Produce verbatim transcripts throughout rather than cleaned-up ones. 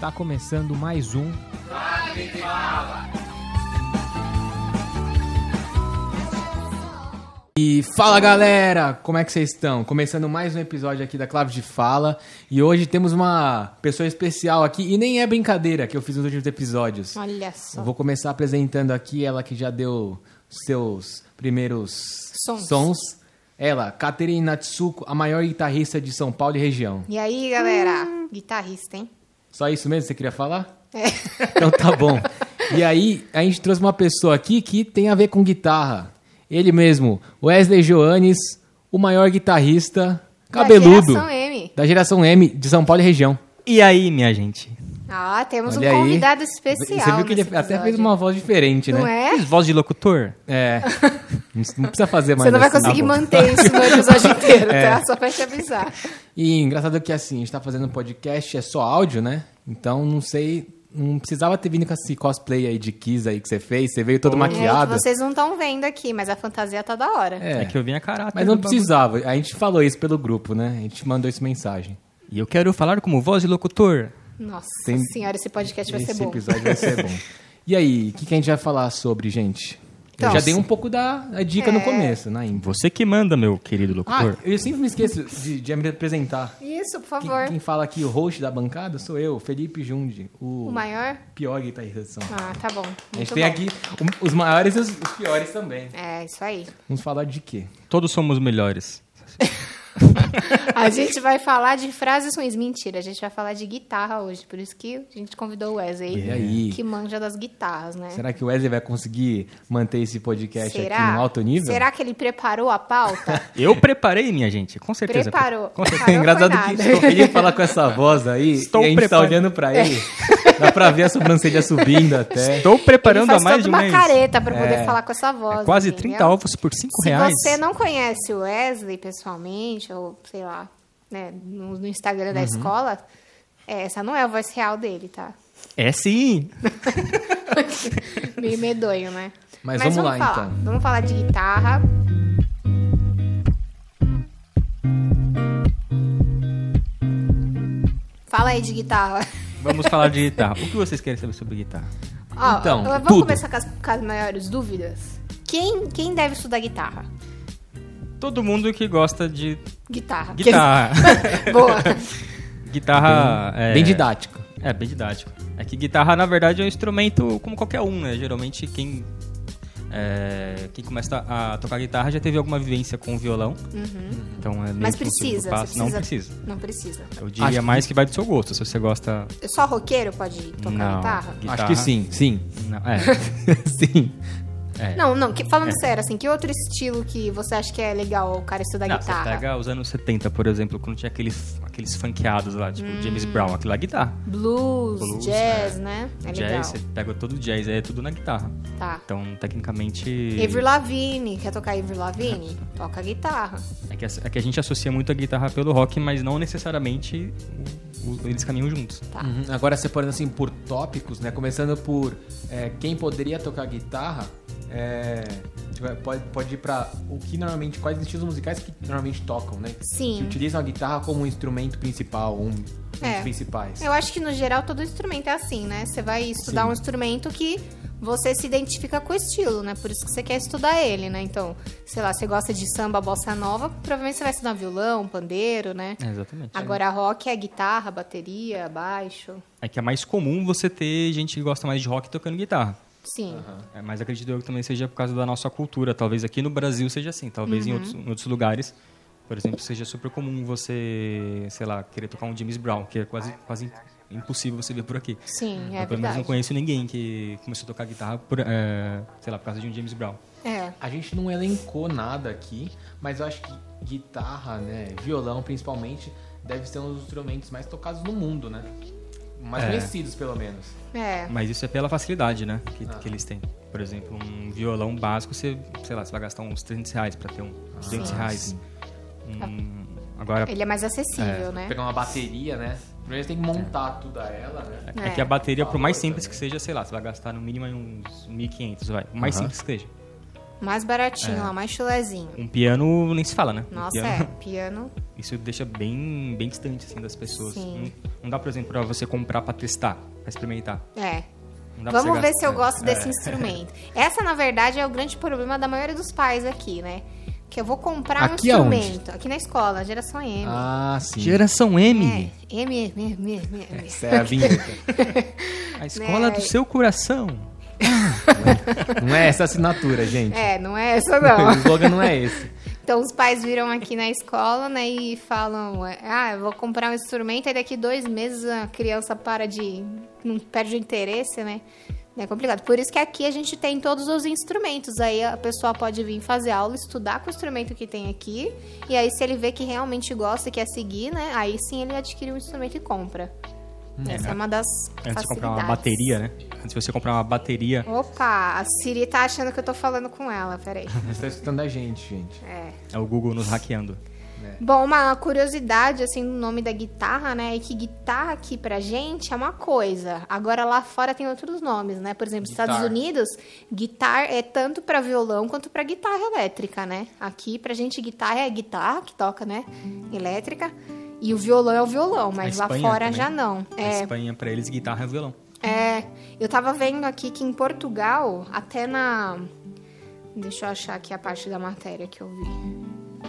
Tá começando mais um Clave de Fala. E fala galera, como é que vocês estão? Começando mais um episódio aqui da Clave de Fala. E hoje temos uma pessoa especial aqui, e nem é brincadeira que eu fiz nos últimos episódios. Olha só. Eu vou começar apresentando aqui ela que já deu seus primeiros Sons. sons. Ela, Katerine Natsuko, a maior guitarrista de São Paulo e região. E aí, galera? Hum. Guitarrista, hein? Só isso mesmo que você queria falar? É. Então tá bom. E aí, a gente trouxe uma pessoa aqui que tem a ver com guitarra. Ele mesmo, Wesley Joanes, o maior guitarrista cabeludo Da geração M. da geração M de São Paulo e região. E aí, minha gente? Ah, temos Olha um aí. convidado especial. Você viu que ele nesse até episódio. fez uma voz diferente, né? Não é? Fiz voz de locutor? É. Não precisa fazer mais Você não vai assim. conseguir Tá bom. manter isso no episódio inteiro, É. tá? Só pra te avisar. E engraçado que assim, a gente tá fazendo um podcast, é só áudio, né? Então não sei, não precisava ter vindo com esse cosplay aí de Kiss aí que você fez, você veio todo É, maquiado. que vocês não estão vendo aqui, mas a fantasia tá da hora. É, É que eu vim a caráter. mas não do bagulho. precisava, a gente falou isso pelo grupo, né? A gente mandou essa mensagem. E eu quero falar como voz de locutor. Nossa Tem- senhora, esse podcast vai Esse ser bom. episódio vai ser bom. E aí, o que, que a gente vai falar sobre, gente? Então, eu já dei um pouco da, da dica É. no começo, né? Intro. Você que manda, meu querido Ah, locutor. eu sempre me esqueço de, de me apresentar. Isso, por Quem, favor. quem fala aqui, o host da bancada, sou eu, Felipe Jundi, o, O maior? pior guitarrista de São Paulo. Ah, tá bom. A gente Muito tem bom. aqui um- os maiores e os, os piores também. É, isso aí. Vamos falar de quê? Todos somos melhores. A gente vai falar de frases ruins. Mentira, a gente vai falar de guitarra hoje. Por isso que a gente convidou o Wesley, E aí? que manja das guitarras, né? Será que o Wesley vai conseguir manter esse podcast Será? aqui no alto nível? Será que ele preparou a pauta? Eu preparei, minha gente. Com certeza. Preparou. Com certeza. Preparou É engraçado foi que nada. ele fala com essa voz aí Estou e a gente preparado. tá olhando pra ele. Dá pra ver a sobrancelha subindo até. Estou preparando Ele faz há mais toda de um uma mês. careta pra poder É. falar com essa voz. É quase entendeu? trinta ovos por cinco Se reais. você não conhece o Wesley pessoalmente, ou sei lá, né, no, no Instagram Uhum. da escola, é, essa não é a voz real dele, tá? É sim. Meio medonho, né? Mas vamos lá, falar. então. Vamos falar de guitarra. Fala aí de guitarra. Vamos falar de guitarra. O que vocês querem saber sobre guitarra? Ó, Então, vamos tudo. começar com as, com as maiores dúvidas. Quem, quem deve estudar guitarra? Todo mundo que gosta de Guitarra. guitarra. Boa. Guitarra... é... Bem didático. É, bem didático. É que guitarra, na verdade, é um instrumento como qualquer um, né? Geralmente, quem, é, quem começa a tocar guitarra já teve alguma vivência com o violão. Então, é meio Mas que um segundo precisa, passo. você Não precisa. precisa. Não precisa. Eu diria Acho que- mais que vai do seu gosto. Se você gosta... Só roqueiro pode tocar Não. guitarra? Guitarra. Acho que sim, sim. Não, é, Sim. é. Não, não, que- falando É. sério, assim, que outro estilo que você acha que é legal o cara estudar Não, guitarra? você pega os anos setenta, por exemplo, quando tinha aqueles, aqueles funkeados lá, tipo James Brown. Aquilo lá é guitarra. Blues, Blues, jazz, é. né? É jazz, legal. você pega todo o jazz, aí é tudo na guitarra. Tá. Então, tecnicamente... Avril Lavigne, quer tocar Avril Lavigne? Toca guitarra. É que, a- é que a gente associa muito a guitarra pelo rock, mas não necessariamente o- o- eles caminham juntos. Tá. Uhum. Agora, separando assim por tópicos, né? Começando por é, quem poderia tocar guitarra, é, tipo, pode, pode ir pra o que normalmente, quais estilos musicais que normalmente tocam, né? Sim. Que utilizam a guitarra como um instrumento principal, um, um É. dos principais. Eu acho que no geral todo instrumento é assim, né? Você vai estudar Sim. um instrumento que você se identifica com o estilo, né? Por isso que você quer estudar ele, né? Então, sei lá, você gosta de samba, bossa nova, provavelmente você vai estudar violão, pandeiro, né? É, exatamente. Agora rock é guitarra, bateria, baixo. É que é mais comum você ter gente que gosta mais de rock tocando guitarra. Sim. É, mas acredito eu que também seja por causa da nossa cultura. Talvez aqui no Brasil seja assim. Talvez Uhum. em, outros, em outros lugares, por exemplo, seja super comum você, sei lá, querer tocar um James Brown, que é quase, quase impossível você ver por aqui. Sim, é eu, pelo menos, não verdade. conheço ninguém que começou a tocar guitarra por, é, sei lá, por causa de um James Brown. É. A gente não elencou nada aqui, mas eu acho que guitarra, né, violão principalmente, deve ser um dos instrumentos mais tocados no mundo, né? Mais É. conhecidos, pelo menos. É. Mas isso é pela facilidade, né, que, Ah. que eles têm. Por exemplo, um violão básico, você, sei lá, você vai gastar uns trezentos reais pra ter um. duzentos Sim. reais. Um, agora, Ele é mais acessível, né? Pegar uma bateria, né? Primeiro você tem que montar tudo a ela, né? é, É. que a bateria, por mais Valor simples também. que seja, sei lá, você vai gastar no mínimo aí uns mil e quinhentos, vai. O mais Aham. simples que seja. Mais baratinho, É. lá, mais chulezinho. Um piano nem se fala, né? Um Nossa, piano, é. Piano. Isso deixa bem, bem distante, assim, das pessoas. Sim. Um, Não dá, por exemplo, pra você comprar pra testar, pra experimentar. É. Não dá pra Vamos você ver se eu gastar. gosto desse instrumento. Essa, na verdade, é o grande problema da maioria dos pais aqui, né? Que eu vou comprar um Aqui instrumento. Aqui na escola, geração M. Ah, sim. Geração M. É, M, M, M, M, M. Essa é a vinheta. A escola Né? do seu coração. Não é essa assinatura, gente. É, não é essa O não. slogan não é esse. Então os pais viram aqui na escola, né, e falam, ah, eu vou comprar um instrumento, aí daqui dois meses a criança para de... não perde o interesse, né? É complicado. Por isso que aqui a gente tem todos os instrumentos. Aí a pessoa pode vir fazer aula, estudar com o instrumento que tem aqui. E aí, se ele vê que realmente gosta e quer seguir, né? Aí sim ele adquire um instrumento e compra. Essa é uma das Antes de comprar uma facilidades. bateria, né? Antes de você comprar uma bateria... Opa, a Siri tá achando que eu tô falando com ela, peraí. Você tá escutando a gente, gente. É. É o Google nos hackeando. Bom, uma curiosidade, assim, no nome da guitarra, né, é que guitarra aqui pra gente é uma coisa. Agora lá fora tem outros nomes, né? Por exemplo, nos Guitar. Estados Unidos, guitar é tanto pra violão quanto pra guitarra elétrica, né? Aqui pra gente guitarra é guitarra, que toca, né, elétrica, e o violão é o violão, mas A lá Espanha fora também. já não. Na É, Espanha, pra eles, guitarra é violão. é, eu tava vendo aqui que em Portugal, até na... Deixa eu achar aqui a parte da matéria que eu vi.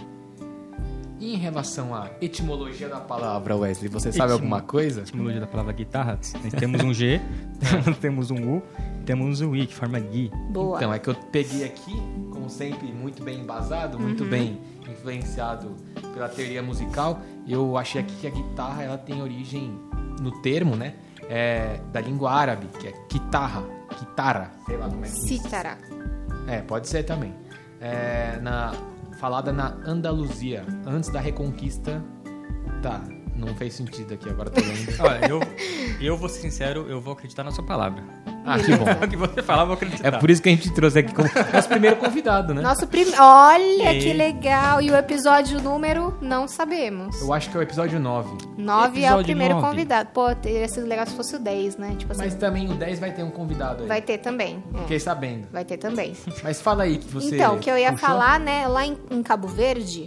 E em relação à etimologia da palavra, Wesley, você sabe Etim- alguma coisa? A etimologia da palavra guitarra, nós temos um G, temos um U, temos um I, que forma Gui. Boa. Então, é que eu peguei aqui, como sempre, muito bem embasado, muito bem influenciado pela teoria musical. Eu achei aqui que a guitarra ela tem origem no termo, né? É, da língua árabe, que é guitarra, guitarra, sei lá como é que diz. Cítara. É, pode ser também. É, na, falada na Andaluzia, antes da Reconquista. Tá, não fez sentido aqui, agora tô lendo. Olha, eu, eu vou ser sincero, eu vou acreditar na sua palavra. Ah, que bom. O que você falar, eu vou acreditar. É por isso que a gente trouxe aqui como nosso primeiro convidado, né? Nosso prim... Olha E- que legal. E o episódio número, não sabemos. Eu acho que é o episódio nove. nove é o Episódio primeiro nove. convidado. Pô, teria sido legal se fosse o dez, né? Tipo assim, Mas também o dez vai ter um convidado aí. vai ter também. É, Fiquei sabendo. vai ter também. Mas fala aí que você Então, o que eu ia puxou. falar, né? Lá em, em Cabo Verde,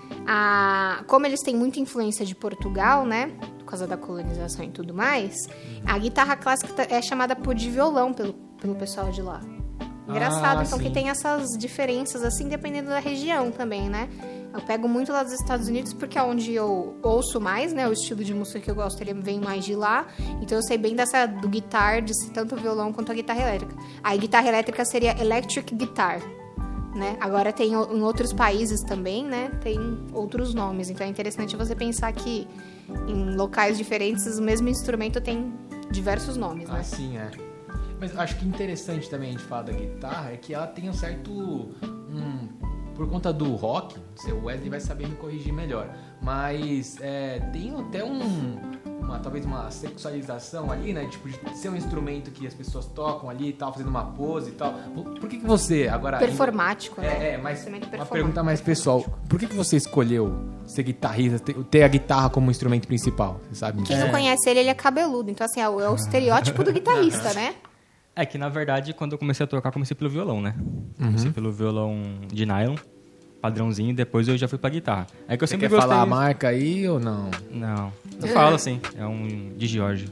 a... como eles têm muita influência de Portugal, né? Por causa da colonização e tudo mais, a guitarra clássica é chamada por de violão pelo, pelo pessoal de lá. Engraçado, Ah, então, sim. que tem essas diferenças, assim, dependendo da região também, né? Eu pego muito lá dos Estados Unidos porque é onde eu ouço mais, né? O estilo de música que eu gosto, ele vem mais de lá. Então, eu sei bem dessa do guitar, de ser tanto o violão quanto a guitarra elétrica. A guitarra elétrica seria electric guitar, né? Agora tem o- em outros países também, né? Tem outros nomes. Então, é interessante você pensar que em locais diferentes, o mesmo instrumento tem diversos nomes, né? Assim, é. Mas acho que interessante também a gente falar da guitarra é que ela tem um certo... um- por conta do rock, o Wesley vai saber me corrigir melhor, mas é, tem até um... Uma, talvez uma sexualização ali, né? Tipo, de ser um instrumento que as pessoas tocam ali e tal, fazendo uma pose e tal. Por que que você, agora... Performático, né? É, é, mas Instrumento uma performático. pergunta mais pessoal. Por que que você escolheu ser guitarrista, ter, ter a guitarra como instrumento principal? Você sabe? Quem não conhece ele, ele é cabeludo. Então, assim, é o, é o estereótipo do guitarrista, né? É que, na verdade, quando eu comecei a tocar, comecei pelo violão, né? Comecei pelo violão de nylon, padrãozinho, e depois eu já fui pra guitarra. É que eu Você sempre quer gostei... falar a marca aí ou não? Não, eu falo assim, é um de Giorgio.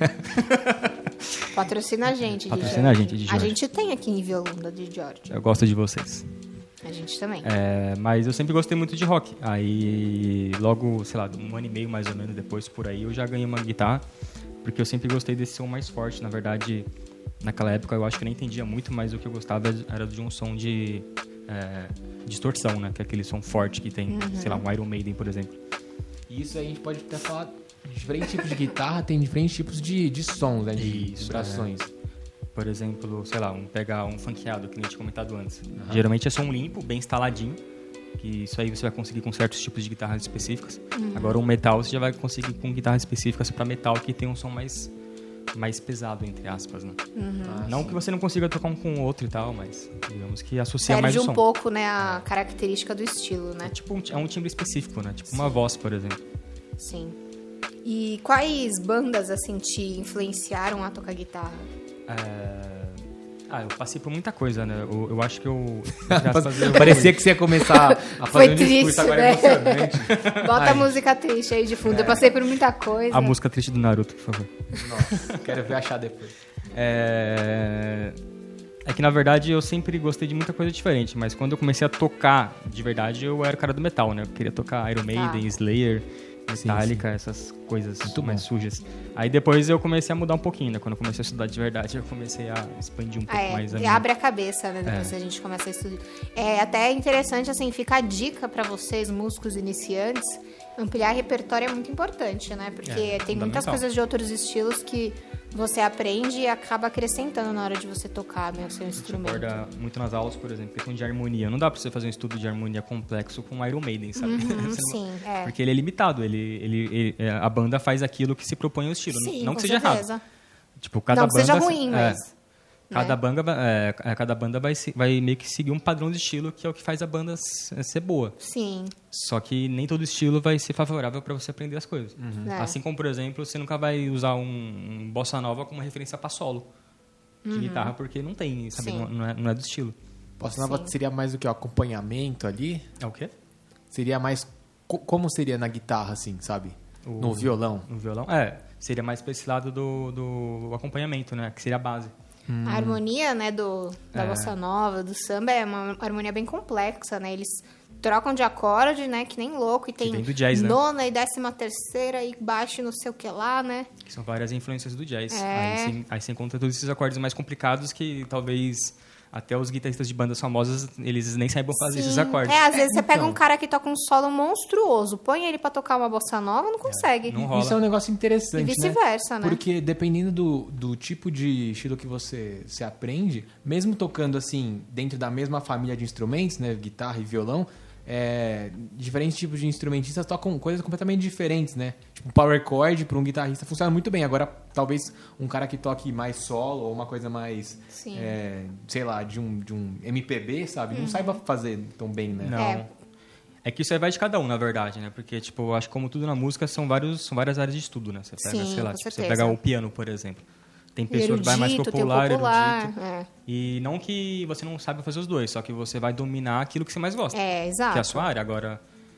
Patrocina a gente, Patrocina a Jorge. gente, de A Jorge. gente tem aqui em Violunda de George. Eu gosto de vocês. A gente também. É, mas eu sempre gostei muito de rock. Aí, logo, sei lá, um ano e meio mais ou menos depois, por aí, eu já ganhei uma guitarra. Porque eu sempre gostei desse som mais forte. Na verdade, naquela época eu acho que eu nem entendia muito, mas o que eu gostava era de um som de é, distorção, né? Que é aquele som forte que tem, sei lá, um Iron Maiden, por exemplo. E isso aí a gente pode até falar de diferentes tipos de guitarra, tem diferentes tipos de, de sons, né? De Isso, vibrações. Por exemplo, sei lá, um pegar um funkeado, que nem eu tinha comentado antes. Geralmente é som limpo, bem instaladinho. Que isso aí você vai conseguir com certos tipos de guitarras específicas. Agora, um metal você já vai conseguir com guitarras específicas para metal, que tem um som mais, mais pesado, entre aspas, né? Ah, Não sim. que você não consiga tocar um com o outro e tal, mas digamos que associa mais Perde o um som. pouco, né, a característica do estilo, né? É tipo um, é um timbre específico, né? Tipo uma voz, por exemplo. Sim. E quais bandas, assim, te influenciaram a tocar guitarra? É, Ah, eu passei por muita coisa, né? Eu, eu acho que eu... já fazia Parecia que você ia começar a fazer Foi um discurso triste, agora né? emocionante. Bota Ai. a música triste aí de fundo. Eu passei por muita coisa. A música triste do Naruto, por favor. Nossa, quero ver achar depois. É... é que, na verdade, eu sempre gostei de muita coisa diferente, mas quando eu comecei a tocar de verdade, eu era o cara do metal, né? Eu queria tocar Iron Maiden, Tá. Slayer, Metallica, essas coisas mais sujas. Aí depois eu comecei a mudar um pouquinho, né? Quando eu comecei a estudar de verdade, eu comecei a expandir um pouco É, mais a e minha... abre a cabeça, né? Depois que a gente começa a estudar. É até interessante, assim, fica a dica pra vocês, músicos iniciantes, ampliar repertório é muito importante, né? Porque É, tem muitas fundamental. coisas de outros estilos que você aprende e acaba acrescentando na hora de você tocar, né? O seu instrumento. Acorda muito nas aulas, por exemplo, questão de harmonia. Não dá pra você fazer um estudo de harmonia complexo com Iron Maiden, sabe? Uhum, Você não- sim, é. Porque ele é limitado, ele, ele, ele- é, a banda faz aquilo que se propõe ao estilo. Sim, não com que seja certeza. errado. Tipo, cada Não que banda, seja ruim, é, mas... Cada, né? banda, vai- é, é, cada banda vai, se- vai meio que seguir um padrão de estilo que é o que faz a banda s- ser boa. Sim. Só que nem todo estilo vai ser favorável para você aprender as coisas. É. Assim como, por exemplo, você nunca vai usar um, um bossa nova como referência para solo de guitarra, porque não tem, sabe? Sim. Não, não é, não é do estilo. Bossa Nova Sim. seria mais o que? O acompanhamento ali? É o quê? Seria mais... co- como seria na guitarra, assim, sabe? O- No violão? No violão? É, seria mais para esse lado do, do acompanhamento, né? Que seria a base. A harmonia, né, do, da É. bossa nova, do samba, é uma harmonia bem complexa, né? Eles trocam de acorde, né, que nem louco, e tem vem do jazz, né? nona e décima terceira e baixo e não sei o que lá, né? Que são várias influências do jazz. É. Aí, você, aí você encontra todos esses acordes mais complicados que talvez até os guitarristas de bandas famosas, eles nem saibam fazer esses Sim. acordes. É, às vezes você pega então. um cara que toca um solo monstruoso, põe ele pra tocar uma bossa nova, não consegue. não rola. Isso é um negócio interessante, E vice-versa, né? Porque dependendo do, do tipo de estilo que você se aprende, mesmo tocando assim, dentro da mesma família de instrumentos, né, guitarra e violão, é, diferentes tipos de instrumentistas tocam coisas completamente diferentes, né? Tipo, power chord para um guitarrista funciona muito bem. Agora, talvez um cara que toque mais solo ou uma coisa mais, Sim. é, sei lá, de um, de um M P B, sabe? Não saiba fazer tão bem, né? Não. É. É que isso aí vai de cada um, na verdade, né? Porque, tipo, eu acho que como tudo na música, são, vários, são várias áreas de estudo, né? Você pega, Sim, sei lá, com tipo, você certeza. pega o piano, por exemplo. Tem pessoa que vai mais Erudito, tem o popular, popular, erudito. é. E não que você não saiba fazer os dois, só que você vai dominar aquilo que você mais gosta. É, exato. Que é a sua área. Agora,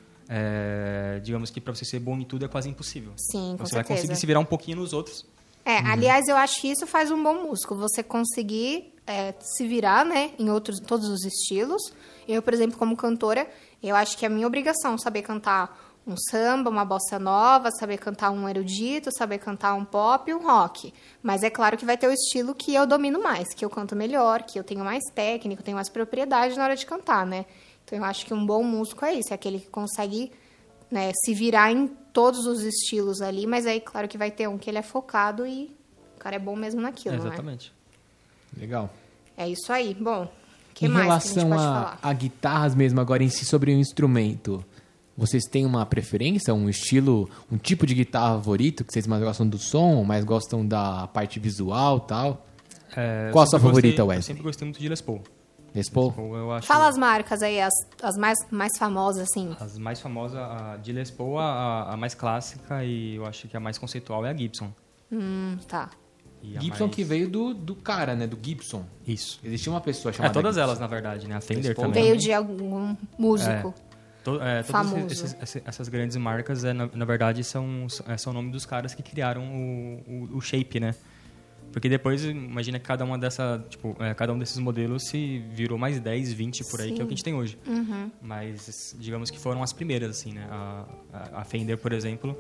é, digamos que pra você ser bom em tudo é quase impossível. Sim, com Você vai certeza. conseguir se virar um pouquinho nos outros. É, Uhum. aliás, eu acho que isso faz um bom músico. Você conseguir é, se virar, né, em outros, todos os estilos. Eu, por exemplo, como cantora, eu acho que é a minha obrigação saber cantar um samba, uma bossa nova, saber cantar um erudito, saber cantar um pop e um rock. Mas é claro que vai ter o estilo que eu domino mais, que eu canto melhor, que eu tenho mais técnica, eu tenho mais propriedade na hora de cantar, né? Então, eu acho que um bom músico é isso, é aquele que consegue, né, se virar em todos os estilos ali, mas aí, claro que vai ter um que ele é focado e o cara é bom mesmo naquilo, É, né? exatamente. Legal. É isso aí. Bom, o que em mais que a gente relação pode a, falar? a guitarras mesmo, agora em si, sobre o instrumento, vocês têm uma preferência, um estilo, um tipo de guitarra favorito, que vocês mais gostam do som, mais gostam da parte visual e tal? É, eu Qual a sua sempre favorita, gostei- Wesley? Eu sempre gostei muito de Les Paul. Les Paul? Eu acho Fala as marcas aí, as, as mais, mais famosas, assim. As mais famosas, a de Les Paul, a, a mais clássica e eu acho que a mais conceitual é a Gibson. Hum, tá. E a Gibson mais- que veio do, do cara, né? Do Gibson. Isso. Existia uma pessoa É, chamada todas Gibson. elas, na verdade, né? A Fender Les Paul também. Veio de algum músico. To, é, todas famoso. esses- esses- essas grandes marcas, é, na, na verdade, são, é, são o nome dos caras que criaram o, o, o shape, né? Porque depois, imagina que cada uma dessa, tipo, é, cada um desses modelos se virou mais dez, vinte por aí, que é o que a gente tem hoje. Uhum. Mas, digamos que foram as primeiras, assim, né? A, a, a Fender, por exemplo,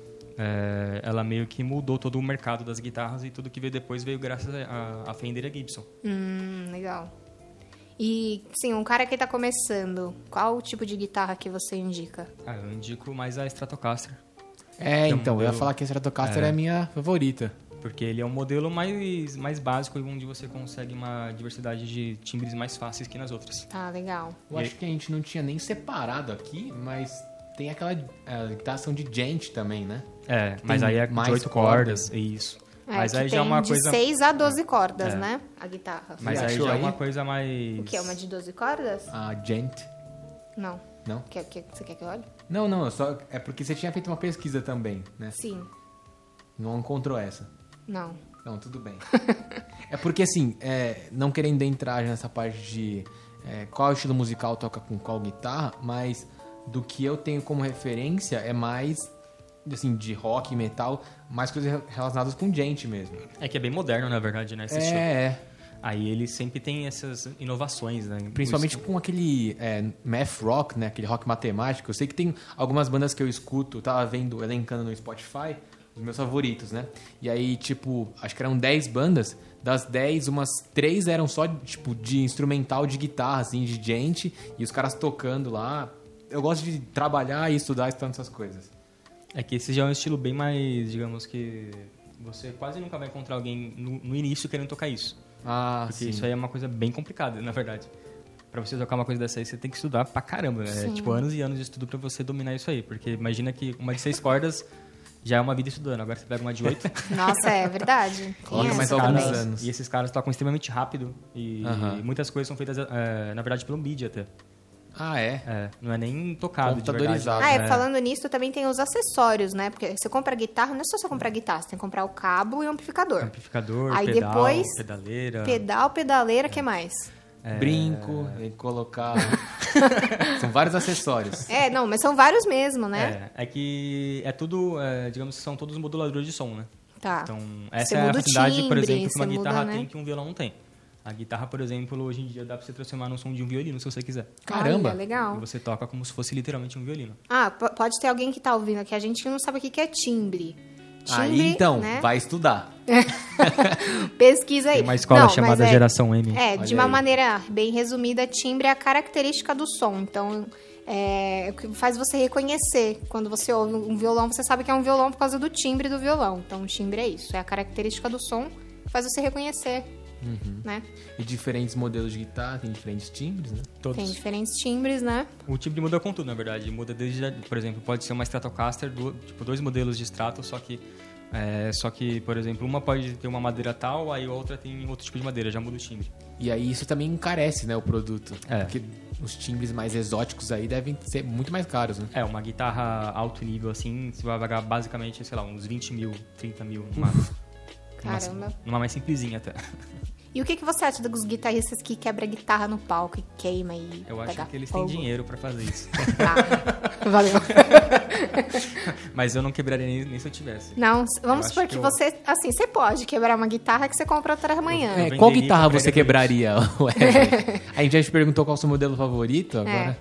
é, ela meio que mudou todo o mercado das guitarras e tudo que veio depois veio graças a, a Fender e a Gibson. Hum, legal. E, sim, um cara que tá começando, qual o tipo de guitarra que você indica? Ah, eu indico mais a Stratocaster. É, Que é um então, eu ia modelo- falar que a Stratocaster é. É. a minha favorita. Porque ele é um modelo mais, mais básico e onde você consegue uma diversidade de timbres mais fáceis que nas outras. Tá, legal. Eu acho que a gente não tinha nem separado aqui, mas tem aquela a guitarração de gente também, né? É, mas aí é mais de oito cordas. cordas, isso. É, mas que aí tem já é uma de coisa... seis a doze cordas, É. né? A guitarra. Mas Você aí achou já é aí? uma coisa mais... O que? Uma de doze cordas? A Gent. Não. Não? Quer, quer, você quer que eu olhe? Não, não, eu só, é porque você tinha feito uma pesquisa também, né? Sim. Não encontrou essa. Não. Não, tudo bem. É porque, assim, é, não querendo entrar nessa parte de é, qual estilo musical toca com qual guitarra, mas do que eu tenho como referência é mais, assim, de rock e metal, mais coisas relacionadas com gente mesmo. É que é bem moderno, na verdade, né? Esse É, estilo. é. Aí ele sempre tem essas inovações, né? Principalmente O- com aquele é, math rock, né? Aquele rock matemático. Eu sei que tem algumas bandas que eu escuto, eu tava vendo, elencando no Spotify, os meus favoritos, né? E aí, tipo, acho que eram dez bandas. Das dez, umas três eram só, tipo, de instrumental de guitarra, assim, de gente. E os caras tocando lá. Eu gosto de trabalhar e estudar, estudando essas coisas. É que esse já é um estilo bem mais, digamos que... Você quase nunca vai encontrar alguém no, no início querendo tocar isso. Ah, Porque sim. isso aí é uma coisa bem complicada, na verdade. Pra você tocar uma coisa dessa aí, você tem que estudar pra caramba. É Sim. tipo anos e anos de estudo pra você dominar isso aí. Porque imagina que uma de seis cordas já é uma vida estudando. Agora você pega uma de oito. Nossa, é verdade. Coloca Tem mais essa alguns também. anos. E esses caras tocam extremamente rápido. E, Aham. e muitas coisas são feitas, é, na verdade, pelo MIDI até. Ah, é? É, não é nem tocado de verdade. Computadorizado. Ah, é, falando nisso, também tem os acessórios, né? Porque você compra guitarra, não é só você comprar guitarra, você tem que comprar o cabo e o amplificador. Amplificador, Aí pedal, depois- pedaleira. Pedal, pedaleira, o que mais? é, Brinco, tem que colocar... São vários acessórios. É, não, mas são vários mesmo, né? É, é que é tudo, é, digamos que são todos moduladores de som, né? Tá. Então, Você essa é a muda o facilidade, por timbre, exemplo, que uma você muda, guitarra né? tem que um violão não tem. A guitarra, por exemplo, hoje em dia dá pra você transformar num som de um violino, se você quiser. Caramba! Olha, legal. E você toca como se fosse literalmente um violino. Ah, p- pode ter alguém que tá ouvindo aqui, a gente que não sabe o que que é timbre. Timbre, Aí, então, né? vai estudar. Pesquisa aí. Tem uma escola Não, mas chamada é- Geração M. É, Olha de uma aí. maneira bem resumida, timbre é a característica do som. Então, é o que faz você reconhecer. Quando você ouve um violão, você sabe que é um violão por causa do timbre do violão. Então, o timbre é isso, é a característica do som que faz você reconhecer, Uhum. né? E diferentes modelos de guitarra, tem diferentes timbres, né? Todos. Tem diferentes timbres, né? O timbre muda com tudo, na verdade. Muda desde, por exemplo, pode ser uma Stratocaster, do, tipo, dois modelos de Strato, só que, é, só que, por exemplo, uma pode ter uma madeira tal, aí a outra tem outro tipo de madeira, já muda o timbre. E aí isso também encarece, né, o produto. É. Porque os timbres mais exóticos aí devem ser muito mais caros, né? É, uma guitarra alto nível assim, você vai pagar basicamente, sei lá, uns vinte mil, trinta mil, numa, Caramba. numa, numa mais simplesinha até. E o que, que você acha dos guitarristas que quebra a guitarra no palco e queima e Eu pega acho que eles fogo? têm dinheiro pra fazer isso. Tá. Valeu. Mas eu não quebraria nem, nem se eu tivesse. Não, vamos acho supor que, que eu- você, assim, você pode quebrar uma guitarra que você compra outra amanhã. É, Eu qual venderia guitarra e compraria você quebraria, Wesley? A gente já te perguntou qual é o seu modelo favorito, agora...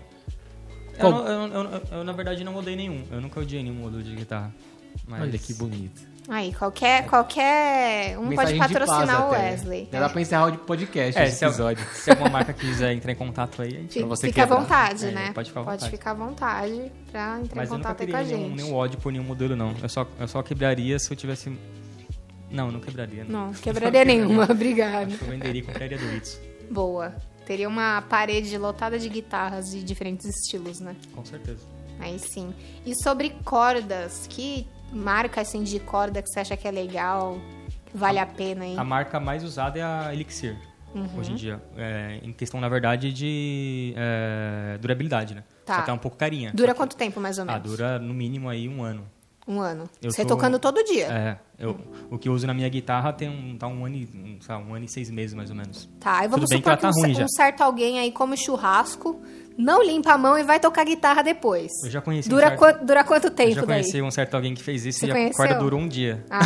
Eu, Qual- não- eu, eu, eu, eu, na verdade, não odeio nenhum. Eu nunca odiei nenhum modelo de guitarra. Mas... Olha que bonito. Aí, qualquer, qualquer um pode Mensagem de paz patrocinar o até. Wesley. Já É. dá pra encerrar o podcast, É, esse se, al- episódio. se alguma marca quiser entrar em contato aí, a gente... Fica, você fica à quebrar. vontade, É, né? pode ficar à vontade. ficar à vontade pra entrar Mas em eu nunca contato aí com teria a nenhum, gente. nenhum ódio por nenhum modelo, não. Eu só, eu só quebraria se eu tivesse... Não, eu não quebraria. Não. Não, quebraria nenhuma, obrigada. Acho que eu venderia e compraria do Ritz. Boa. Teria uma parede lotada de guitarras de diferentes estilos, né? Com certeza. Aí sim. E sobre cordas, que marca assim de corda que você acha que é legal, que vale a pena aí? A marca mais usada é a Elixir, Uhum. hoje em dia. É, em questão, na verdade, de é, durabilidade, né? Tá. Só que é um pouco carinha. Dura Só que- quanto tempo, mais ou Ah, menos? dura no mínimo aí um ano. Um ano. Eu Você tô- tocando todo dia. É, eu, o que eu uso na minha guitarra tem um, tá um ano, e, um, sei lá, um ano e seis meses, mais ou menos. Tá, e vamos Tudo bem que supor ela que, tá um, ruim ce- já. um certo alguém aí come churrasco, não limpa a mão e vai tocar guitarra depois. Eu já conheci Dura, um certo, quanto, dura quanto eu tempo já daí? conheci um certo alguém que fez isso Você e a conheceu? corda durou um dia. Ah,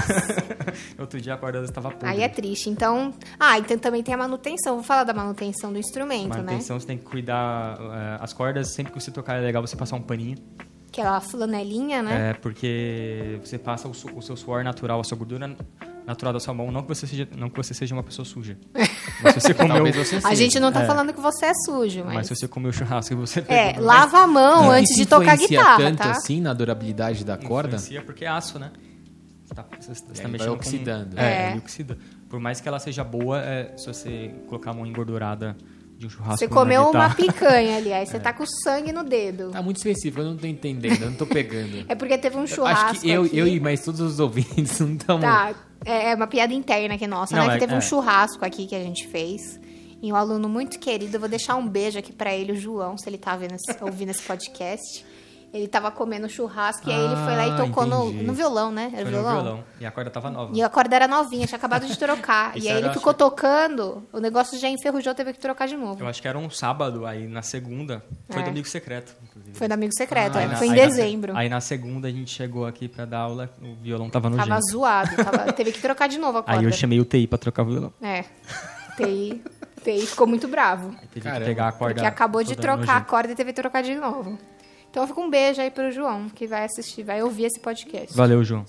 Outro dia a corda estava podre. aí é triste. Então, ah, então também tem a manutenção. Vou falar da manutenção do instrumento, Manutenção, você tem que cuidar. eh, as cordas, sempre que você tocar, é legal você passar um paninho. né? Aquela flanelinha, né? É, porque você passa o, su- o seu suor natural, a sua gordura natural da sua mão. Não que você seja, não que você seja uma pessoa suja. Mas se você comeu, Talvez você A seja. gente não tá É. falando que você é sujo, mas... mas se você comeu churrasco e você É, pegou- lava a mão antes Isso de tocar influencia guitarra, tanto tá? assim na durabilidade da corda? Influencia porque é aço, né? Você tá, você, você tá É, vai mexendo oxidando. Com, é, É. ele oxida. Por mais que ela seja boa, é, se você colocar a mão engordurada de um churrasco Você na comeu uma guitarra- picanha ali, aí você tá com sangue no dedo. Tá muito específico, eu não tô entendendo, eu não tô pegando. É porque teve um churrasco Acho que eu, aqui. eu e mais todos os ouvintes não estamos... Tá, é é uma piada interna aqui nossa, Não, né? é- Que teve é. um churrasco aqui que a gente fez. E um aluno muito querido, eu vou deixar um beijo aqui pra ele, o João, se ele tá vendo esse- ouvindo esse podcast. Ele tava comendo churrasco e aí ele foi lá e Ah, tocou no, entendi. no violão, né? Era Foi no violão. violão. E a corda tava nova. E a corda era novinha, tinha acabado de trocar. Isso E aí era, ele acho ficou que- tocando, o negócio já enferrujou, teve que trocar de novo. Eu acho que era um sábado, aí na segunda foi É. do Amigo Secreto, inclusive. Foi do Amigo Secreto, Aí é, na- foi em aí na- dezembro. Aí na segunda a gente chegou aqui pra dar aula, o violão tava nojento. Tava zoado, tava- teve que trocar de novo a corda. Aí eu chamei o T I pra trocar o violão. É, T I, T I ficou muito bravo. Aí teve Caramba. que pegar a corda. Porque acabou de toda trocar a nojenta. corda e teve que trocar de novo. Então fica um beijo aí pro João, que vai assistir, vai ouvir esse podcast. Valeu, João.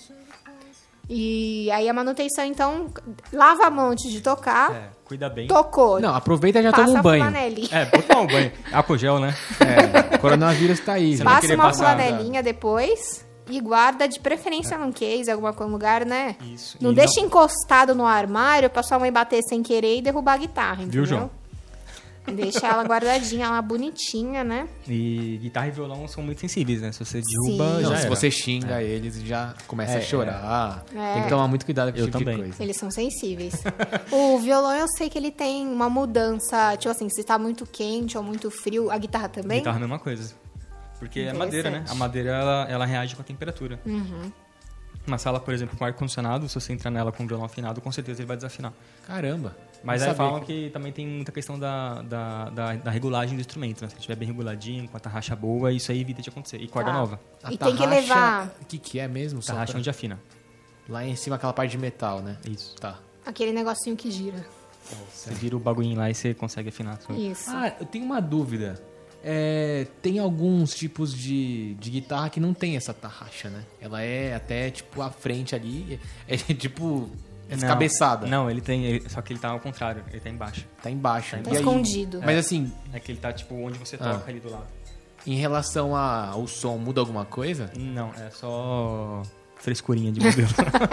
E aí a manutenção, então, lava a mão antes de tocar, É, cuida bem. tocou, Não, aproveita e já passa toma um a banho. flanelinha. É, botar um banho. Álcool gel, né? É, o coronavírus tá aí. Você né? vai Passa querer uma passar- flanelinha depois e guarda de preferência num case, algum lugar, né? Isso. Não E deixa encostado no armário pra sua mãe bater sem querer e derrubar a guitarra, entendeu? Viu, João? Deixa ela guardadinha, ela bonitinha, né? E guitarra e violão são muito sensíveis, né? Se você derruba, Sim. Não, já se era. você xinga eles, já começa É, a chorar. é. Tem que tomar muito cuidado com esse Eu tipo também. de coisa. Eles são sensíveis. O violão eu sei que ele tem uma mudança, tipo assim, se tá muito quente ou muito frio, a guitarra também? Guitarra é a mesma coisa. Porque é madeira, né? A Interessante. madeira, ela, ela reage com a temperatura. Uhum. Uma sala, por exemplo, com ar-condicionado, se você entrar nela com o violão afinado, com certeza ele vai desafinar. Caramba. Mas Não aí sabia falam que também tem muita questão da, da, da, da regulagem do instrumento, né? Se ele estiver bem reguladinho, com a tarraxa boa, isso aí evita de acontecer. E corda Tá. nova. A E tem que tarraxa, levar O que, que é mesmo? Só Tarraxa pra- onde afina. Lá em cima, aquela parte de metal, né? Isso. Tá. aquele negocinho que gira. Você vira o bagulhinho lá e você consegue afinar. Só. Isso. Ah, eu tenho uma dúvida. É, tem alguns tipos de, de guitarra que não tem essa tarraxa, né? Ela é até, tipo, a frente ali. É tipo descabeçada. Não, não, ele tem. ele- só que ele tá ao contrário, ele tá embaixo. Tá embaixo. Tá E Tá aí- escondido. Mas assim, É que ele tá tipo onde você Ah. toca ali do lado. em relação a- ao som, muda alguma coisa? Não, é só frescurinha de modelo.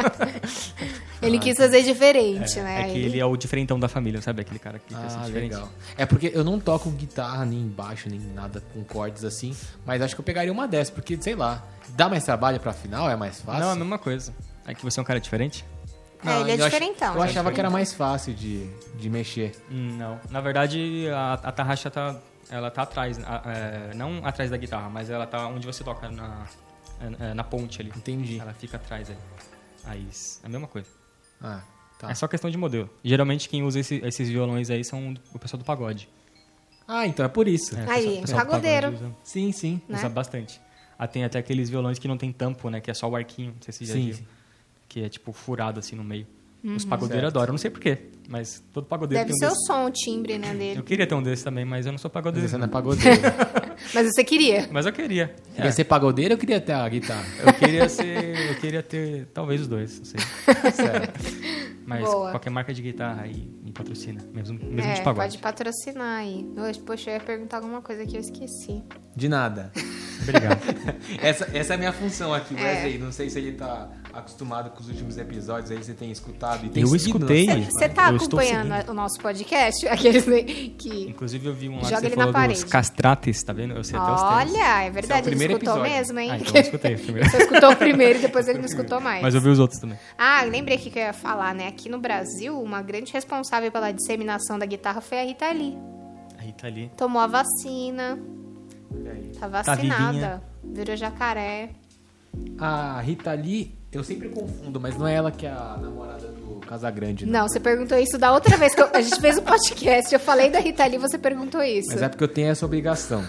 Ele quis fazer diferente, né? é que Aí- ele é o diferentão da família, sabe? Aquele cara que Ah, pensa diferente. legal. É porque eu não toco guitarra nem baixo, nem nada com cordas assim, mas acho que eu pegaria uma dessas, porque, sei lá, dá mais trabalho pra final? É mais fácil? Não, é a mesma coisa. É que você é um cara diferente? É, ele é eu ach- diferentão. Eu é achava que era mais fácil de, de mexer. Hum, Não. Na verdade, a, a tarraxa tá, ela tá atrás, a- é, não atrás da guitarra, mas ela tá onde você toca, na, é, é, na ponte ali. Entendi. Ela fica atrás ali. Aí, é a mesma coisa. Ah, tá. É só questão de modelo. Geralmente quem usa esse- esses violões aí são o pessoal do pagode. Ah, então é por isso. É, o Aí, pessoal- o pessoal do pagodeiro. pagode usa, Sim, sim. Né? usa bastante. Ah, tem até aqueles violões que não tem tampo, né? Que é só o arquinho, não sei se você já Sim, viu. sim. Que é tipo furado assim no meio. Uhum. Os pagodeiros Certo. adoram, eu não sei porquê, mas todo pagodeiro Deve tem ser um o desse. som, o timbre, né, Eu dele. queria ter um desse também, mas eu não sou pagodeiro. Você não é pagodeiro. Mas você queria. Mas eu queria. Queria É, ser pagodeiro ou queria ter a guitarra? eu queria ser. Eu queria ter talvez os dois, não sei. Certo. Mas Boa. qualquer marca de guitarra aí me patrocina. Mesmo, mesmo É, de pagode. pode patrocinar aí. Hoje, poxa, eu ia perguntar alguma coisa que eu esqueci. De nada. Obrigado. Essa, essa é a minha função aqui, É. Wesley. Não sei se ele tá acostumado com os últimos episódios aí, você tem escutado. E tem Eu seguido escutei. nossa- Você tá Eu estou acompanhando seguindo. o nosso podcast? Aqueles que... Inclusive eu vi um lá Joga que você ele na falou dos parede. castrates, tá vendo? Eu sei até os termos. Olha, é verdade, ele primeiro escutou episódio. mesmo, hein? Ah, então eu escutei primeiro. Você escutou o primeiro e depois ele não escutou mais. Mas eu vi os outros também. Ah, lembrei aqui que eu ia falar, né? Aqui no Brasil, uma grande responsável pela disseminação da guitarra foi a Rita Lee. A Rita ali. Tomou a vacina, Olha aí. tá vacinada, vivinha. virou jacaré. A Rita Lee, eu sempre confundo, mas não é ela que é a namorada do Casagrande, né? Não, você perguntou isso da outra vez que eu- a gente fez o podcast. Eu falei da Rita Lee, você perguntou isso. Mas é porque eu tenho essa obrigação.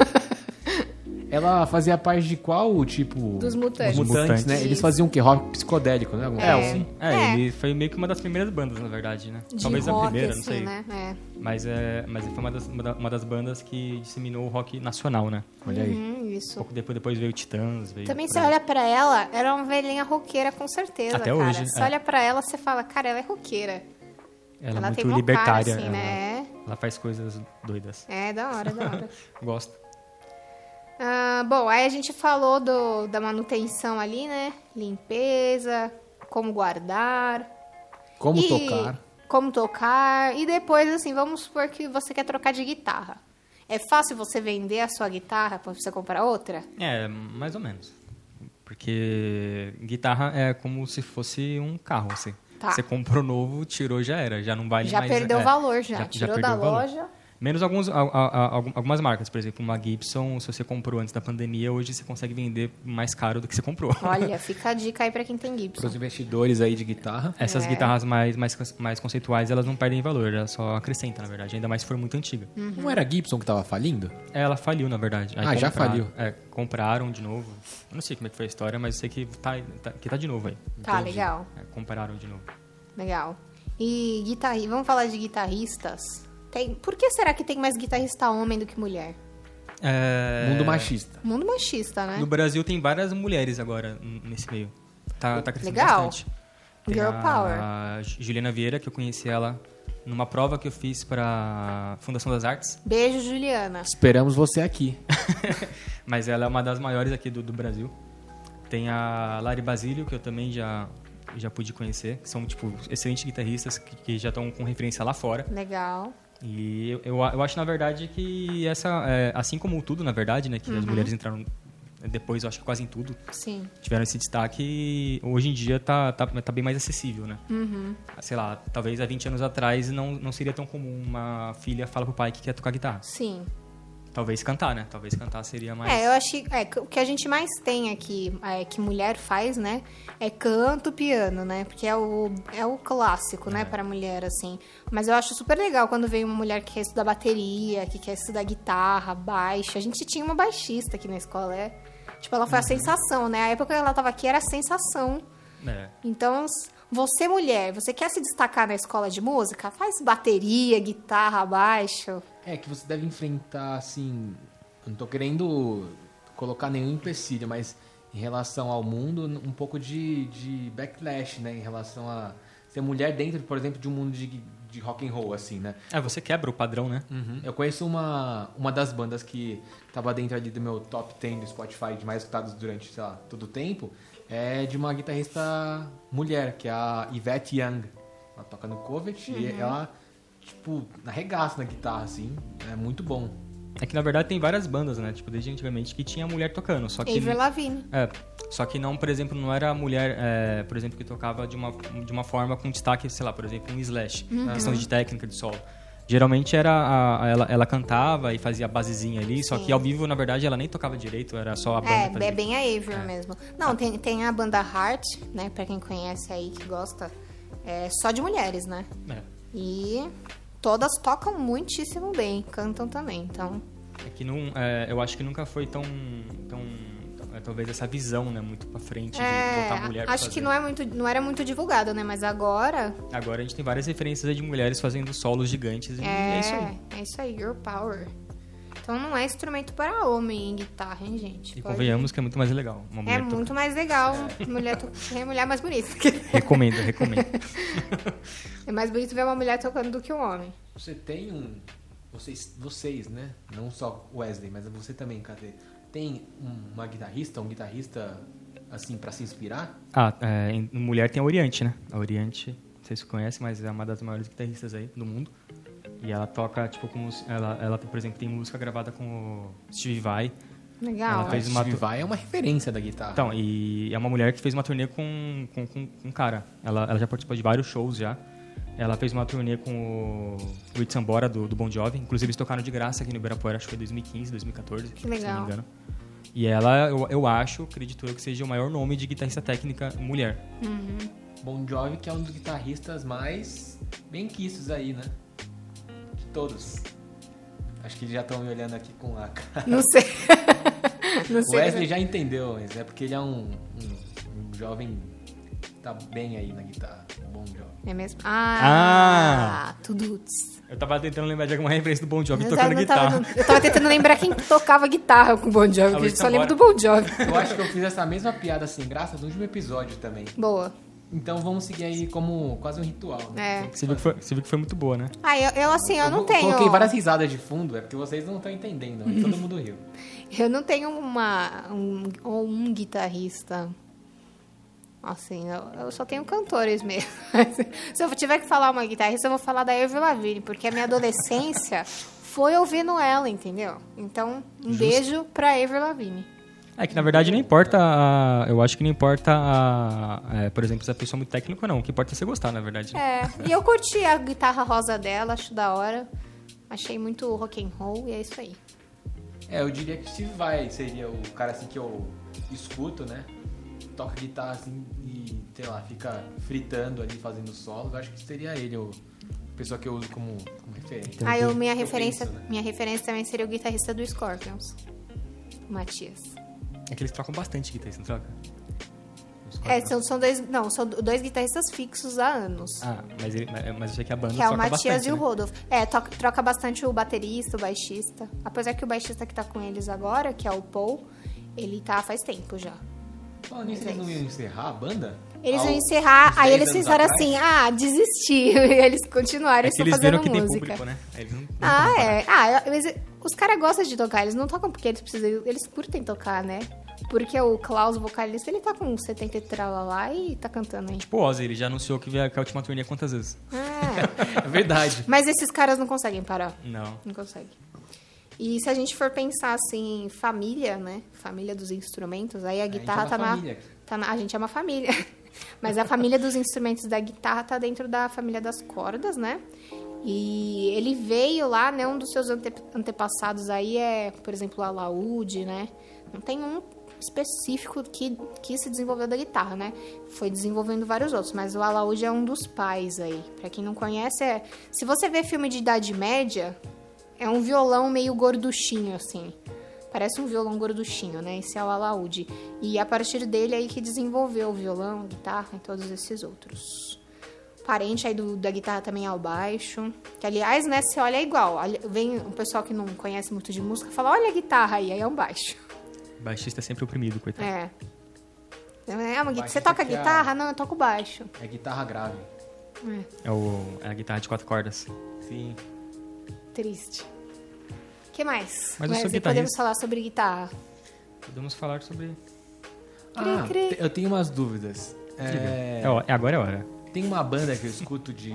Ela fazia parte de qual tipo? Dos Mutantes. Dos Mutantes, né? Isso. Eles faziam o quê? Rock psicodélico, né? Alguma É, coisa assim? É, É. ele foi meio que uma das primeiras bandas, na verdade, né? De Talvez rock, a primeira, não assim, sei. né? É. Mas, é, mas ele foi uma das, uma da- uma das bandas que disseminou o rock nacional, né? Olha aí. Hum, isso. Pouco depois, depois veio Titãs, veio... Também por você aí. olha pra ela, era uma velhinha roqueira com certeza, Até cara. hoje, Você é. olha pra ela, você fala, cara, ela é roqueira. Ela, ela é tem muito mó libertária. cara, assim, ela, né? ela faz coisas doidas. É, da hora, da hora. Gosto. Ah, bom, aí a gente falou do, da manutenção ali, né? Limpeza, como guardar. Como e tocar? Como tocar. E depois, assim, vamos supor que você quer trocar de guitarra. É fácil você vender a sua guitarra pra você comprar outra? É, mais ou menos. Porque guitarra é como se fosse um carro, assim. Tá. Você comprou novo, tirou, já era. Já não vale Já mais... perdeu é, o valor, já. Tirou perdeu da o valor. loja. Menos alguns, a, a, a, algumas marcas, por exemplo, uma Gibson, se você comprou antes da pandemia, hoje você consegue vender mais caro do que você comprou. Olha, fica a dica aí pra quem tem Gibson. Para os investidores aí de guitarra. Essas É. guitarras mais, mais, mais conceituais, elas não perdem valor, elas só acrescentam, na verdade, ainda mais se for muito antiga. Uhum. Não era a Gibson que tava falindo? Ela faliu, na verdade. Aí Ah, já compraram- faliu. É, compraram de novo. Eu não sei como é que foi a história, mas eu sei que tá, tá, que tá de novo aí. Tá, Entendi. legal. É, compraram de novo. Legal. E guitarri... vamos falar de guitarristas. Tem... Por que será que tem mais guitarrista homem do que mulher? É, Mundo machista. Mundo machista, né? No Brasil tem várias mulheres agora n- nesse meio. Tá, tá crescendo Legal. bastante. Tem Girl a, power. a Juliana Vieira, que eu conheci ela numa prova que eu fiz para Fundação das Artes. Beijo, Juliana. Esperamos você aqui. Mas ela é uma das maiores aqui do, do Brasil. Tem a Lari Basílio, que eu também já, já pude conhecer. Que são, tipo, excelentes guitarristas que, que já estão com referência lá fora. Legal. E eu, eu, eu acho, na verdade, que essa... É, assim como tudo, na verdade, né? Que as mulheres entraram depois, eu acho que quase em tudo. Sim. Tiveram esse destaque. Hoje em dia tá, tá, tá bem mais acessível, né? Uhum. Sei lá, talvez há vinte anos atrás não, não seria tão comum uma filha falar pro pai que quer tocar guitarra. Sim. Talvez cantar, né? Talvez cantar seria mais... É, eu acho que é, o que a gente mais tem aqui, é, que mulher faz, né? É canto, piano, né? Porque é o, é o clássico, né? Para mulher, assim. Mas eu acho super legal quando vem uma mulher que quer estudar bateria, que quer estudar guitarra, baixo. A gente tinha uma baixista aqui na escola, é. Tipo, ela foi a sensação, né? A época que ela tava aqui era a sensação. É. Então, você mulher, você quer se destacar na escola de música? Faz bateria, guitarra, baixo. É que você deve enfrentar, assim... Eu não tô querendo colocar nenhum empecilho, mas em relação ao mundo, um pouco de, de backlash, né? Em relação a ser mulher dentro, por exemplo, de um mundo de, de rock and roll, assim, né? É, você quebra o padrão, né? Uhum. Eu conheço uma, uma das bandas que tava dentro ali do meu top dez do Spotify de mais escutados durante, sei lá, todo o tempo, é de uma guitarrista mulher, que é a Yvette Young. Ela toca no Covet e ela, tipo, arregaça na guitarra, assim, é muito bom. É que, na verdade, tem várias bandas, né? Tipo, desde antigamente que tinha mulher tocando, só que... Avril Lavigne. É, só que não, por exemplo, não era a mulher, é, por exemplo, que tocava de uma, de uma forma com destaque, sei lá, por exemplo, um slash, questão de técnica de solo. Geralmente era a, a- ela, ela cantava e fazia a basezinha ali, só Sim. que ao vivo, na verdade, ela nem tocava direito, era só a banda É, que fazia. é bem a Avril mesmo. Não, tem, tem a banda Heart, né? Pra quem conhece aí, que gosta. É só de mulheres, né? É. E todas tocam muitíssimo bem, cantam também, então... É que não, é, eu acho que nunca foi tão, tão é, talvez essa visão, né, muito pra frente de É, botar mulher pra acho que fazer. não, é muito, não era muito divulgado, né? Mas agora... Agora a gente tem várias referências aí de mulheres fazendo solos gigantes e é, É, isso aí. é isso aí, Girl Power. Então não é instrumento para homem em guitarra, hein, gente? E Pode- convenhamos que é muito mais legal. Uma mulher É tocar. muito mais legal mulher to... é mulher mais bonita. Recomendo, recomendo. É mais bonito ver uma mulher tocando do que um homem. Você tem um... Vocês, vocês, né? Não só o Wesley, mas você também, Cadê? Tem um- uma guitarrista, um guitarrista, assim, pra se inspirar? Ah, é, em mulher tem a Oriente, né? A Oriente, não sei se você conhece, mas é uma das maiores guitarristas aí do mundo. E ela toca, tipo, com os, ela, ela, por exemplo, tem música gravada com o Steve Vai. Legal. Ela fez Mas uma Steve tu- Vai é uma referência da guitarra. Então, e é uma mulher que fez uma turnê com, com, com, com um cara. Ela, ela já participou de vários shows já. Ela fez uma turnê com o Rich Sambora, do, do Bon Jovi. Inclusive, eles tocaram de graça aqui no Ibirapuera, acho que foi dois mil e quinze, dois mil e quatorze. Que Se não legal. me engano. E ela, eu, eu acho, acredito eu, que seja o maior nome de guitarrista técnica mulher. Bon Jovi, que é um dos guitarristas mais bem quistos aí, né? De todos. Acho que eles já estão me olhando aqui com a cara. Não sei. Não O sei. Wesley já entendeu, mas é porque ele é um, um, um jovem que tá bem aí na guitarra. Um bom jovem. É mesmo? Ah, tuduts. Eu tava tentando lembrar de alguma referência do Bon Jovi Eu tocando não tava- guitarra. eu tava tentando lembrar quem tocava guitarra com o Bon Jovi, Ah, que o eu só lembro do Sambora. Bon Jovi. Eu acho que eu fiz essa mesma piada sem graça no último episódio também. Boa. Então vamos seguir aí como quase um ritual, né? É. Tem que Você viu, que foi, você viu que foi muito boa, né? Ah, eu, eu, assim, eu não Eu tenho... coloquei várias risadas de fundo, é porque vocês não estão entendendo, mas todo mundo riu. Eu não tenho uma, um, ou um guitarrista. Assim, eu, eu só tenho cantores mesmo. Se eu tiver que falar uma guitarrista, eu vou falar da Avril Lavigne, porque a minha adolescência foi ouvindo ela, entendeu? Então, um Justo. beijo pra Avril Lavigne. É que, na verdade, não importa a, eu acho que não importa, a, é, por exemplo, se a pessoa é muito técnica ou não. O que importa é você gostar, na verdade. É, e eu curti a guitarra rosa dela, acho da hora. Achei muito rock and roll e é isso aí. É, eu diria que Steve Vai seria o cara assim que eu escuto, né? Toca guitarra assim e, sei lá, fica fritando ali, fazendo solos. Eu acho que seria ele o a pessoa que eu uso como, como referência. Ah, eu, minha, eu referência, penso, né? minha referência também seria o guitarrista do Scorpions, o Matias. É que eles trocam bastante guitarrista, não troca? É, são, são dois, não, são dois guitarristas fixos há anos. Ah, mas, ele, mas eu sei que a banda Que é o troca Matias bastante, e o né? Rodolfo. É, to- troca bastante o baterista, o baixista. Apesar que o baixista que tá com eles agora, que é o Paul, ele tá faz tempo já. Falando nisso, eles não iam encerrar a banda? Eles Ao- iam encerrar, uns aí dez eles anos fizeram atrás? assim, ah, desistir. E eles continuaram É que só eles fazendo viram que tem música. público, né? Aí eles não, não Ah, vão parar. é. Ah, eles- os caras gostam de tocar, eles não tocam porque eles precisam, eles curtem tocar, né? Porque o Klaus, o vocalista, ele tá com setenta e tralalá e tá cantando aí. Tipo o Ozzy, ele já anunciou que vai que a última turnê quantas vezes? É. É verdade. Mas esses caras não conseguem parar. Não. Não consegue. E se a gente for pensar assim, família, né? Família dos instrumentos, aí a guitarra é uma tá, na, família. tá na. A gente é uma família. Mas a família dos instrumentos da guitarra tá dentro da família das cordas, né? E ele veio lá, né? Um dos seus ante, antepassados aí é, por exemplo, o alaúde, né? Não tem um específico que, que se desenvolveu da guitarra, né? Foi desenvolvendo vários outros, mas o alaúde é um dos pais aí. Pra quem não conhece, é... Se você vê filme de Idade Média, é um violão meio gorduchinho, assim. Parece um violão gorduchinho, né? Esse é o alaúde. E a partir dele aí que desenvolveu o violão, a guitarra e todos esses outros. Parente aí do, da guitarra também é o baixo. Que, aliás, né? Você olha é igual. Vem um pessoal que não conhece muito de música e fala, olha a guitarra aí, aí é um baixo. O baixista é sempre oprimido, coitado. É. É uma, gui- você Baixista toca que é a- guitarra? Não, eu toco baixo. É guitarra grave. É, É, o, é a guitarra de quatro cordas. Sim. triste. O que mais? Mas eu sou Wesley, guitarrista. podemos falar sobre guitarra. Podemos falar sobre... Ah, cri. te- eu tenho umas dúvidas. É, É, ó, é agora é hora. tem uma banda que eu escuto de...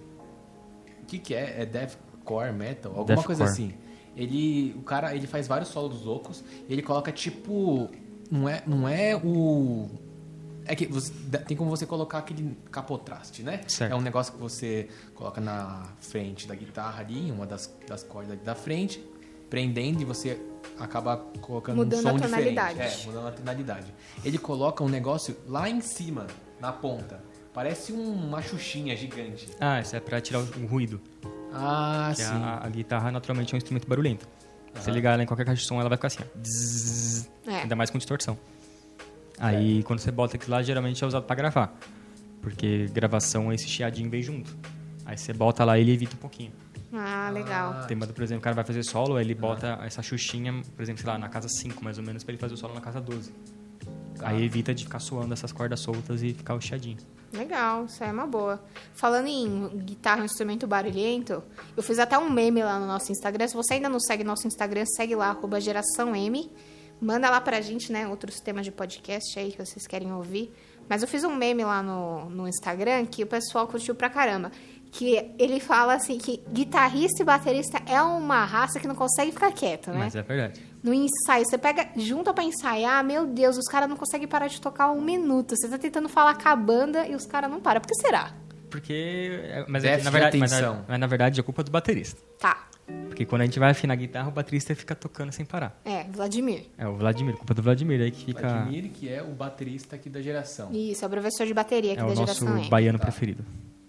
O que que é? É deathcore, metal? Alguma coisa Deathcore. assim. Ele, o cara, ele faz vários solos loucos e ele coloca tipo... Não é, não é o... É que você, tem como você colocar aquele capotraste, né? Certo. É um negócio que você coloca na frente da guitarra ali, uma das, das cordas ali da frente, prendendo e você acaba colocando Mudando um a som tonalidade. diferente. É, mudando a tonalidade. Ele coloca um negócio lá em cima, na ponta. Parece um- uma xuxinha gigante. Ah, isso é pra tirar o, o ruído. Ah, Que sim. a, a guitarra naturalmente é um instrumento barulhento. Se você ligar ela em qualquer caixa de som, ela vai ficar assim, ó. Zzz, É. ainda mais com distorção. Aí, quando você bota aquilo lá, geralmente é usado pra gravar. Porque gravação, esse chiadinho vem junto. Aí você bota lá e ele evita um pouquinho. Ah, legal. Tem, por exemplo, o cara vai fazer solo, aí ele bota essa xuxinha, por exemplo, sei lá, na casa cinco, mais ou menos, pra ele fazer o solo na casa doze. Aí evita de ficar soando essas cordas soltas e ficar o chiadinho. Legal, isso aí é uma boa. Falando em guitarra, um instrumento barulhento, eu fiz até um meme lá no nosso Instagram. Se você ainda não segue nosso Instagram, segue lá, arroba geração M. Manda lá pra gente, né, outros temas de podcast aí que vocês querem ouvir. Mas eu fiz um meme lá no, no Instagram que o pessoal curtiu pra caramba. Que ele fala assim que guitarrista e baterista é uma raça que não consegue ficar quieto, né? Mas é verdade. No ensaio, você pega junto pra ensaiar, meu Deus, os caras não conseguem parar de tocar um minuto. Você tá tentando falar com a banda e os caras não param. Por que será? Porque... é- Mas, é, que, Déficit na de verdade, mas, atenção. na, mas na verdade é culpa do baterista. Tá. Porque quando a gente vai afinar a guitarra, o baterista fica tocando sem parar. É, Vladimir. É o Vladimir, culpa do Vladimir aí que fica... Vladimir, que é o baterista aqui da geração. Isso, é o professor de bateria aqui É da o nosso geração M. baiano Tá. preferido.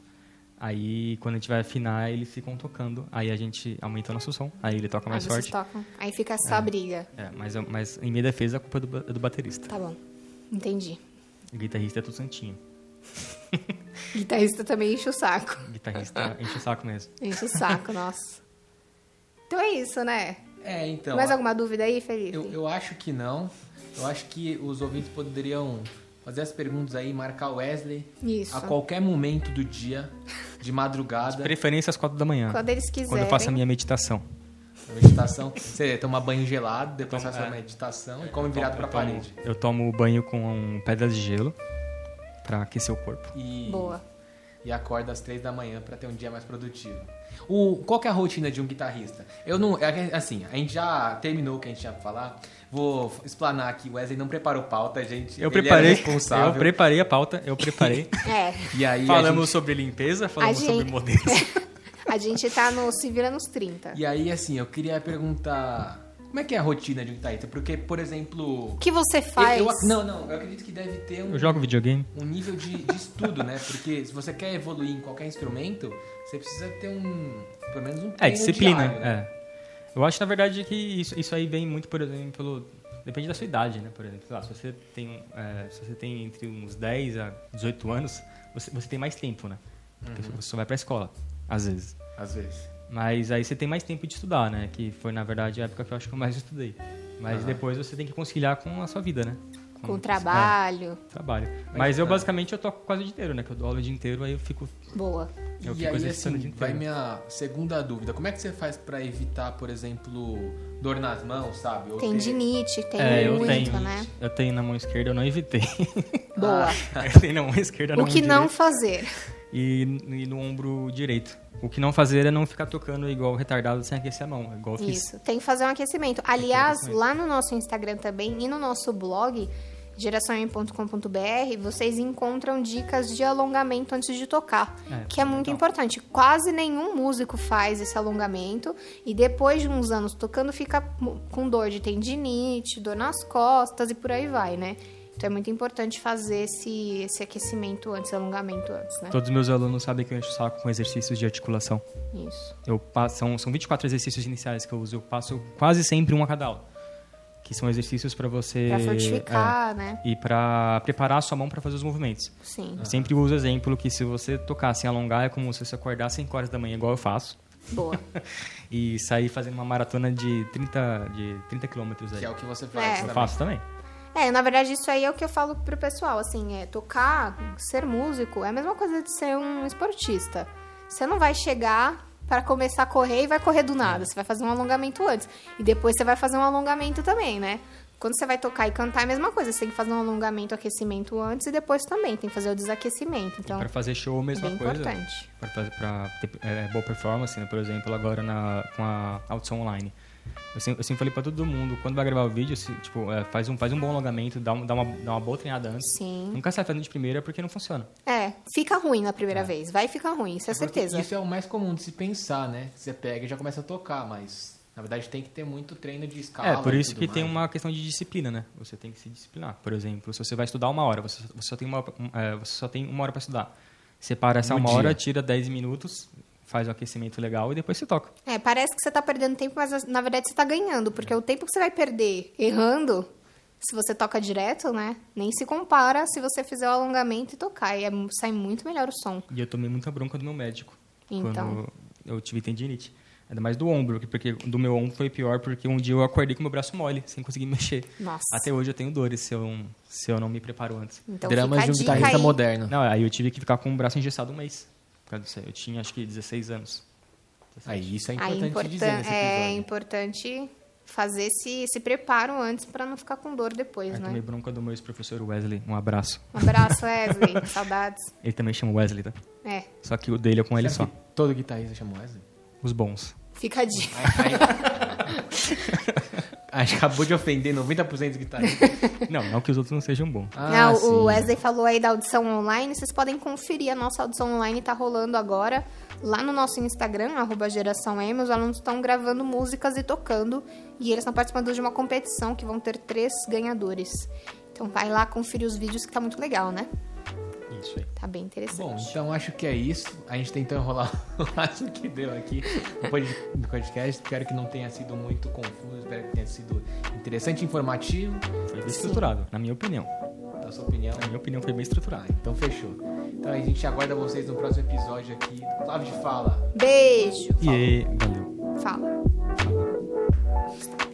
Aí, quando a gente vai afinar, eles ficam tocando. Aí a gente aumenta o nosso som. Aí ele toca Aí mais vocês forte. tocam. Aí fica essa briga. É, mas, mas em minha defesa, a culpa é do, ba- é do baterista. Tá bom. Entendi. O guitarrista é tudo santinho. Guitarrista também enche o saco. O guitarrista enche o saco mesmo. Enche o saco, nossa. Então é isso, né? É, então... Mais a- alguma dúvida aí, Felipe? Eu, eu acho que não. Eu acho que os ouvintes poderiam fazer as perguntas aí, marcar o Wesley Isso. a qualquer momento do dia, de madrugada, Preferência às quatro da manhã. Quando eles quiserem. Quando eu faço a minha meditação. na meditação. Você toma banho gelado, depois Tomo- faz sua é. meditação e come virado pra eu tomo, parede. Eu tomo banho com pedras de gelo pra aquecer o corpo. E, Boa. e acorda às três da manhã pra ter um dia mais produtivo. O, qual que é a rotina de um guitarrista? Eu não... é que, assim, a gente já terminou o que a gente tinha pra falar. Vou explanar aqui. O Wesley não preparou pauta, gente. Eu Ele preparei, era responsável. eu preparei a pauta, eu preparei. É. E aí a Falamos gente- sobre limpeza, falamos A sobre gente- modelos. A gente tá no se vira nos trinta. E aí, assim, eu queria perguntar... Como é que é a rotina de um guitarrista? Porque, por exemplo... O que você faz? Eu, eu, não, não. Eu acredito que deve ter um... Eu jogo videogame. Um nível de, de estudo, né? Porque se você quer evoluir em qualquer instrumento, você precisa ter um... Pelo menos um treino É, disciplina. diário, né? É. Eu acho, na verdade, que isso, isso aí vem muito, por exemplo, pelo... Depende da sua idade, né? Por exemplo, sei lá, se você tem, é, se você tem entre uns dez a dezoito anos, você, você tem mais tempo, né? Porque Uhum. você só vai pra escola, às vezes. Às vezes. Mas aí você tem mais tempo de estudar, né? Que foi, na verdade, a época que eu acho que eu mais estudei. Mas Aham. depois você tem que conciliar com a sua vida, né? Com o trabalho. É, trabalho. Mas, Mas, eu, ah. basicamente, eu toco quase o dia inteiro, né? Que eu dou aula o dia inteiro, aí eu fico... Boa. Eu E fico aí, exercitando o assim, dia vai inteiro. minha segunda dúvida. Como é que você faz pra evitar, por exemplo, dor nas mãos, sabe? Ou ter- Tendinite, tem É, eu muito, tenho. né? Eu tenho na mão esquerda, eu não evitei. Boa. Eu tenho na mão esquerda, na O mão que não direita. fazer? E, e no ombro direito. O que não fazer é não ficar tocando igual retardado sem aquecer a mão, igual eu fiz. Isso, tem que fazer um aquecimento. Aliás, aquecimento. lá no nosso Instagram também e no nosso blog, geração m ponto com ponto b r, vocês encontram dicas de alongamento antes de tocar, É, que é muito legal. importante. Quase nenhum músico faz esse alongamento e depois de uns anos tocando fica com dor de tendinite, dor nas costas e por aí vai, né? Então é muito importante fazer esse, esse aquecimento antes, alongamento antes, né? Todos os meus alunos sabem que eu encho o saco com exercícios de articulação. Isso. Eu passo, são, são vinte e quatro exercícios iniciais que eu uso. Eu passo quase sempre um a cada aula. Que são exercícios para você... Pra fortificar, é, né? E para preparar a sua mão para fazer os movimentos. Sim. Eu sempre uso o exemplo que se você tocar sem alongar, é como se você acordar às cinco horas da manhã, igual eu faço. Boa. E sair fazendo uma maratona de trinta, de trinta quilômetros aí. Que é o que você faz É. Eu também. faço também. É, na verdade, isso aí é o que eu falo pro pessoal, assim, é tocar, ser músico, é a mesma coisa de ser um esportista. Você não vai chegar para começar a correr e vai correr do nada, você vai fazer um alongamento antes. E depois você vai fazer um alongamento também, né? Quando você vai tocar e cantar é a mesma coisa, você tem que fazer um alongamento, aquecimento antes e depois também, tem que fazer o desaquecimento. Então, Para fazer show, a é mesma bem coisa. importante. Para fazer pra ter é, boa performance, né? Por exemplo, agora na, com a audição online. Eu sempre, eu sempre falei pra todo mundo, quando vai gravar o vídeo, se, tipo, é, faz, um, faz um bom alongamento, dá, um, dá, uma, dá uma boa treinada antes. Sim. Nunca sai fazendo de primeira porque não funciona. É, fica ruim na primeira vez, vai ficar ruim, isso é Porque certeza. Isso é o mais comum de se pensar, né? Você pega e já começa a tocar, mas na verdade tem que ter muito treino de escala. É, por e isso tudo que tem mais. uma questão de disciplina, né? Você tem que se disciplinar. Por exemplo, se você vai estudar uma hora, você, você, só, tem uma, um, é, você só tem uma hora para estudar. Separa essa No uma dia. hora, tira dez minutos, faz um aquecimento legal e depois você toca. É, parece que você tá perdendo tempo, mas na verdade você tá ganhando, porque o tempo que você vai perder errando, se você toca direto, né, nem se compara se você fizer o alongamento e tocar, e é, sai muito melhor o som. E eu tomei muita bronca do meu médico Então. quando eu tive tendinite. Ainda mais do ombro, porque do meu ombro foi pior, porque um dia eu acordei com meu braço mole, sem conseguir mexer. Nossa. Até hoje eu tenho dores se eu, se eu não me preparo antes. Então Dramas fica de a um dica guitarrista aí. moderno. Não, aí eu tive que ficar com o braço engessado um mês. por causa disso aí. Eu tinha acho que dezesseis anos. Aí isso é Aí importante importan- dizer nesse é episódio. importante fazer esse, esse preparo antes pra não ficar com dor depois, Aí né? tomei bronca do meu ex-professor Wesley. Um abraço. Um abraço, Wesley. Saudades. Ele também chama Wesley, tá? É, Só que o dele é com ele só. Sabe que todo guitarrista chama Wesley? Os bons. fica a dica. Acho que acabou de ofender noventa por cento dos guitarristas. Não, não que os outros não sejam bons. Ah, Não, sim. o Wesley falou aí da audição online. Vocês podem conferir. A nossa audição online tá rolando agora lá no nosso Instagram, arroba Geração M. Os alunos estão gravando músicas e tocando. E eles estão participando de uma competição que vão ter três ganhadores. Então vai lá conferir os vídeos que tá muito legal, né? Isso aí. Tá bem interessante. Bom, então acho que é isso. A gente tentou enrolar o máximo que deu aqui no pod- no podcast. Espero que não tenha sido muito confuso. Espero que tenha sido interessante e informativo. Foi bem estruturado, na minha opinião. Da sua opinião. Na minha opinião, foi bem estruturado. Ah, então fechou. Então a gente aguarda vocês no próximo episódio aqui do Flávio de Fala. Beijo. E aí, valeu. Fala. Falou.